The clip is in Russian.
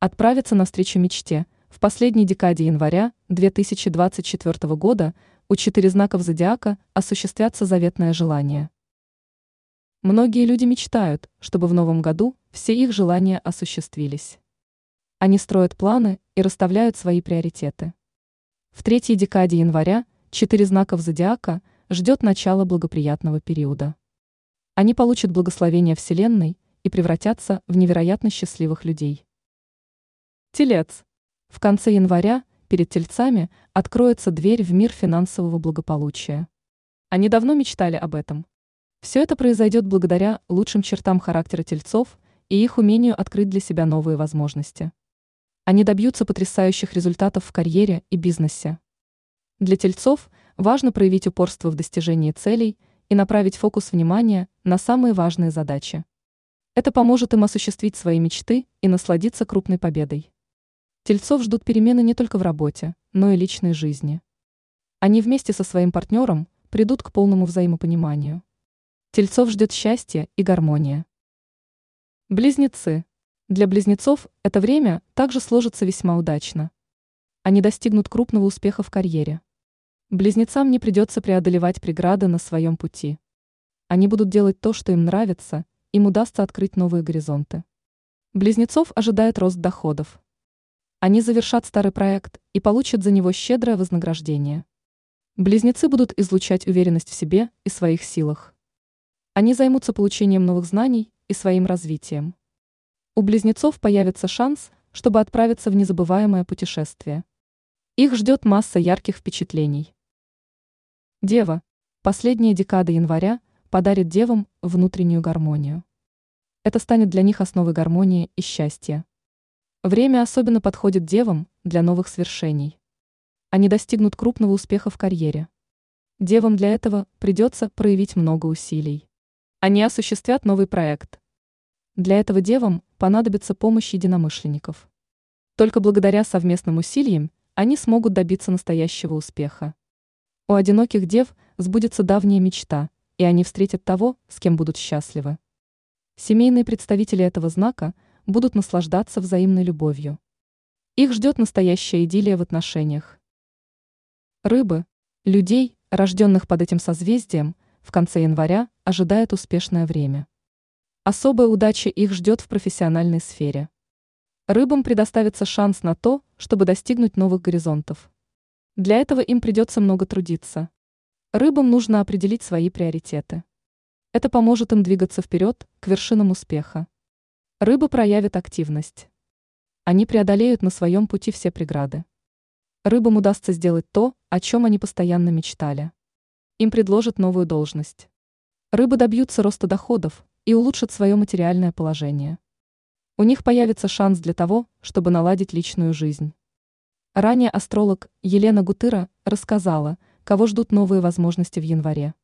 Отправиться навстречу мечте. В последней декаде января 2024 года у 4 знаков зодиака осуществятся заветное желание. Многие люди мечтают, чтобы в новом году все их желания осуществились. Они строят планы и расставляют свои приоритеты. В третьей декаде января 4 знаков зодиака ждет начало благоприятного периода. Они получат благословение Вселенной и превратятся в невероятно счастливых людей. Телец. В конце января перед тельцами откроется дверь в мир финансового благополучия. Они давно мечтали об этом. Все это произойдет благодаря лучшим чертам характера тельцов и их умению открыть для себя новые возможности. Они добьются потрясающих результатов в карьере и бизнесе. Для тельцов важно проявить упорство в достижении целей и направить фокус внимания на самые важные задачи. Это поможет им осуществить свои мечты и насладиться крупной победой. Тельцов ждут перемены не только в работе, но и личной жизни. Они вместе со своим партнером придут к полному взаимопониманию. Тельцов ждет счастье и гармония. Близнецы. Для близнецов это время также сложится весьма удачно. Они достигнут крупного успеха в карьере. Близнецам не придется преодолевать преграды на своем пути. Они будут делать то, что им нравится, им удастся открыть новые горизонты. Близнецов ожидает рост доходов. Они завершат старый проект и получат за него щедрое вознаграждение. Близнецы будут излучать уверенность в себе и своих силах. Они займутся получением новых знаний и своим развитием. У близнецов появится шанс, чтобы отправиться в незабываемое путешествие. Их ждет масса ярких впечатлений. Дева. Последняя декада января подарит девам внутреннюю гармонию. Это станет для них основой гармонии и счастья. Время особенно подходит девам для новых свершений. Они достигнут крупного успеха в карьере. Девам для этого придется проявить много усилий. Они осуществят новый проект. Для этого девам понадобится помощь единомышленников. Только благодаря совместным усилиям они смогут добиться настоящего успеха. У одиноких дев сбудется давняя мечта, и они встретят того, с кем будут счастливы. Семейные представители этого знака будут наслаждаться взаимной любовью. Их ждет настоящая идиллия в отношениях. Рыбы. Людей, рожденных под этим созвездием, в конце января ожидает успешное время. Особая удача их ждет в профессиональной сфере. Рыбам предоставится шанс на то, чтобы достигнуть новых горизонтов. Для этого им придется много трудиться. Рыбам нужно определить свои приоритеты. Это поможет им двигаться вперед к вершинам успеха. Рыбы проявят активность. Они преодолеют на своем пути все преграды. Рыбам удастся сделать то, о чем они постоянно мечтали. Им предложат новую должность. Рыбы добьются роста доходов и улучшат свое материальное положение. У них появится шанс для того, чтобы наладить личную жизнь. Ранее астролог Елена Гутыра рассказала, кого ждут новые возможности в январе.